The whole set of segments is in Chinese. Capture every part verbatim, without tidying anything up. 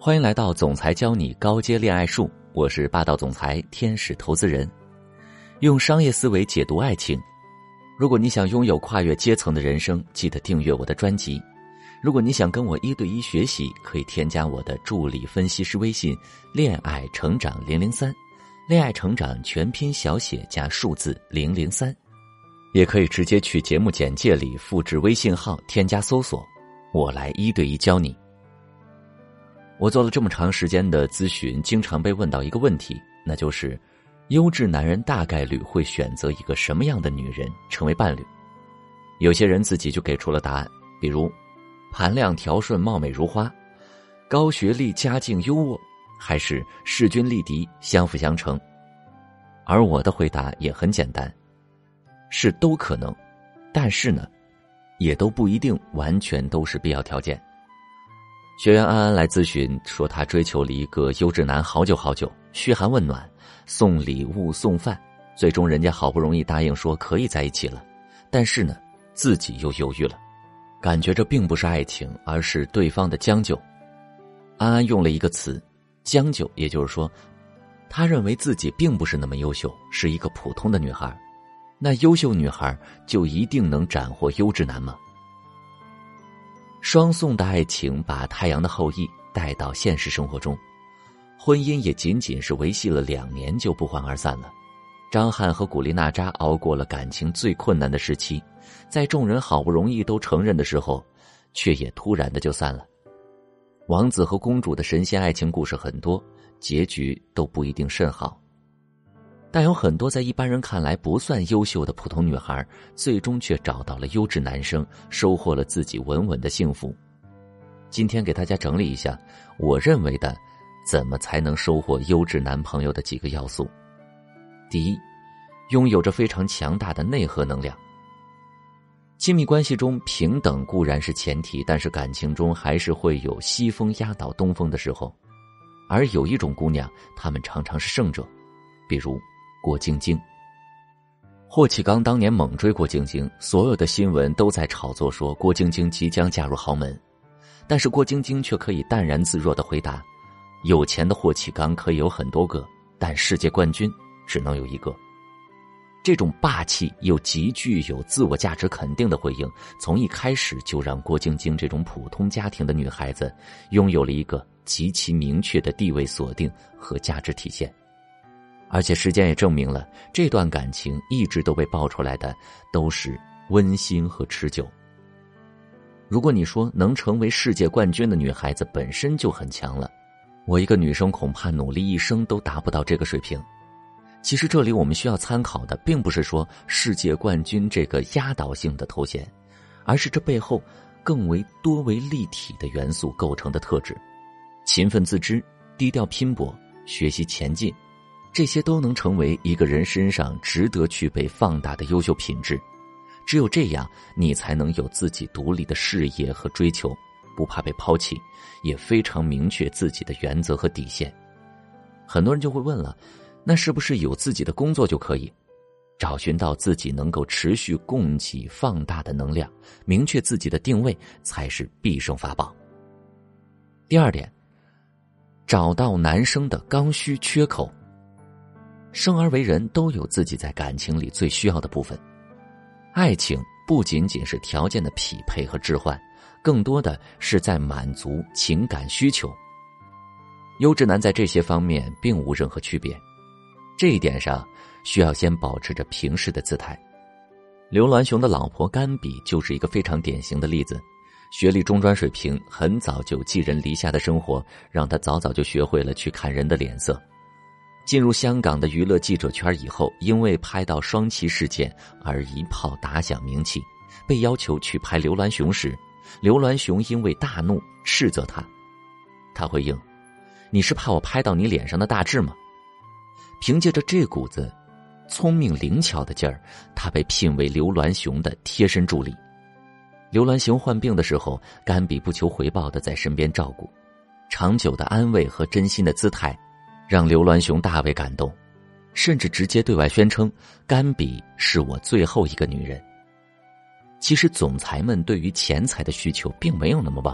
欢迎来到总裁教你高阶恋爱术，我是霸道总裁天使投资人，用商业思维解读爱情。如果你想拥有跨越阶层的人生，记得订阅我的专辑。如果你想跟我一对一学习，可以添加我的助理分析师微信恋爱成长零零三，恋爱成长全拼小写加数字零零三，也可以直接去节目简介里复制微信号添加搜索，我来一对一教你。我做了这么长时间的咨询，经常被问到一个问题，那就是优质男人大概率会选择一个什么样的女人成为伴侣。有些人自己就给出了答案，比如盘量条顺貌美如花，高学历家境优渥，还是势均力敌相辅相成。而我的回答也很简单，是都可能，但是呢也都不一定完全都是必要条件。学员安安来咨询说，她追求了一个优质男好久好久，嘘寒问暖，送礼物送饭，最终人家好不容易答应说可以在一起了，但是呢自己又犹豫了，感觉这并不是爱情，而是对方的将就。安安用了一个词将就，也就是说她认为自己并不是那么优秀，是一个普通的女孩。那优秀女孩就一定能斩获优质男吗？双送的爱情把太阳的后裔带到现实生活中，婚姻也仅仅是维系了两年就不欢而散了。张翰和古力娜扎熬过了感情最困难的时期，在众人好不容易都承认的时候，却也突然的就散了。王子和公主的神仙爱情故事很多，结局都不一定甚好。但有很多在一般人看来不算优秀的普通女孩，最终却找到了优质男生，收获了自己稳稳的幸福。今天给大家整理一下我认为的怎么才能收获优质男朋友的几个要素。第一，拥有着非常强大的内核能量。亲密关系中平等固然是前提，但是感情中还是会有西风压倒东风的时候。而有一种姑娘，她们常常是胜者，比如郭晶晶。霍启刚当年猛追郭晶晶，所有的新闻都在炒作说郭晶晶即将嫁入豪门，但是郭晶晶却可以淡然自若地回答，有钱的霍启刚可以有很多个，但世界冠军只能有一个。这种霸气又极具有自我价值肯定的回应，从一开始就让郭晶晶这种普通家庭的女孩子拥有了一个极其明确的地位锁定和价值体现。而且时间也证明了，这段感情一直都被爆出来的都是温馨和持久。如果你说能成为世界冠军的女孩子本身就很强了，我一个女生恐怕努力一生都达不到这个水平。其实这里我们需要参考的并不是说世界冠军这个压倒性的头衔，而是这背后更为多为立体的元素构成的特质。勤奋自知，低调拼搏，学习前进，这些都能成为一个人身上值得去被放大的优秀品质。只有这样，你才能有自己独立的事业和追求，不怕被抛弃，也非常明确自己的原则和底线。很多人就会问了，那是不是有自己的工作就可以？找寻到自己能够持续供给放大的能量，明确自己的定位，才是必胜法宝。第二点，找到男生的刚需缺口。生而为人都有自己在感情里最需要的部分，爱情不仅仅是条件的匹配和置换，更多的是在满足情感需求。优质男在这些方面并无任何区别，这一点上需要先保持着平视的姿态。刘銮雄的老婆甘比就是一个非常典型的例子，学历中专水平，很早就寄人篱下的生活让他早早就学会了去看人的脸色。进入香港的娱乐记者圈以后，因为拍到双旗事件而一炮打响名气，被要求去拍刘銮雄时，刘銮雄因为大怒斥责他，他回应，你是怕我拍到你脸上的大痣吗？凭借着这股子聪明灵巧的劲儿，他被聘为刘銮雄的贴身助理。刘銮雄患病的时候，甘比不求回报地在身边照顾，长久的安慰和真心的姿态让刘銮雄大为感动，甚至直接对外宣称甘比是我最后一个女人。其实总裁们对于钱财的需求并没有那么旺盛，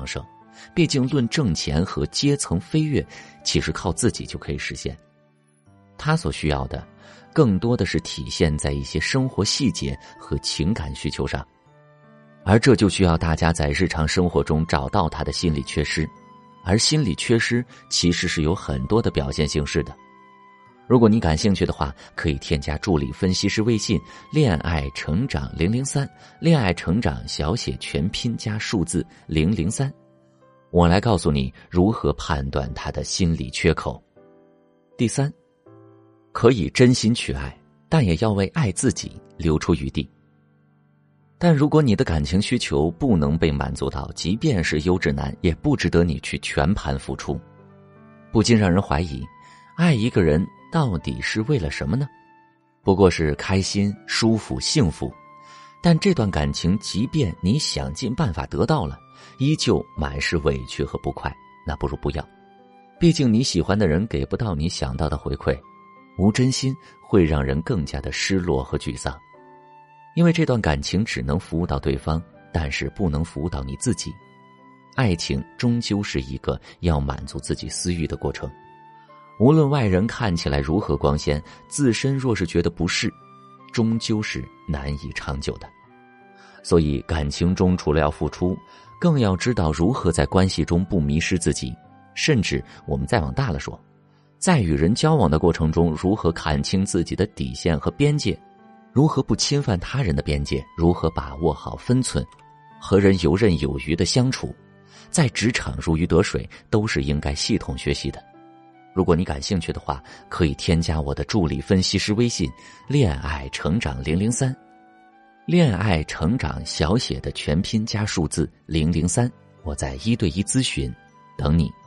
毕竟论挣钱和阶层飞跃，其实靠自己就可以实现。他所需要的更多的是体现在一些生活细节和情感需求上，而这就需要大家在日常生活中找到他的心理缺失。而心理缺失其实是有很多的表现形式的。如果你感兴趣的话，可以添加助理分析师微信恋爱成长零零三，恋爱成长小写全拼加数字零零三，我来告诉你如何判断他的心理缺口。第三，可以真心去爱，但也要为爱自己留出余地。但如果你的感情需求不能被满足到，即便是优质男，也不值得你去全盘付出。不禁让人怀疑，爱一个人到底是为了什么呢？不过是开心、舒服、幸福。但这段感情即便你想尽办法得到了，依旧满是委屈和不快，那不如不要。毕竟你喜欢的人给不到你想到的回馈，无真心会让人更加的失落和沮丧。因为这段感情只能服务到对方，但是不能服务到你自己。爱情终究是一个要满足自己私欲的过程，无论外人看起来如何光鲜，自身若是觉得不适，终究是难以长久的。所以感情中除了要付出，更要知道如何在关系中不迷失自己，甚至我们再往大了说，在与人交往的过程中，如何看清自己的底线和边界，如何不侵犯他人的边界，如何把握好分寸，和人游刃有余的相处，在职场如鱼得水，都是应该系统学习的。如果你感兴趣的话，可以添加我的助理分析师微信恋爱成长零零三，恋爱成长小写的全拼加数字零零三，我在一对一咨询等你。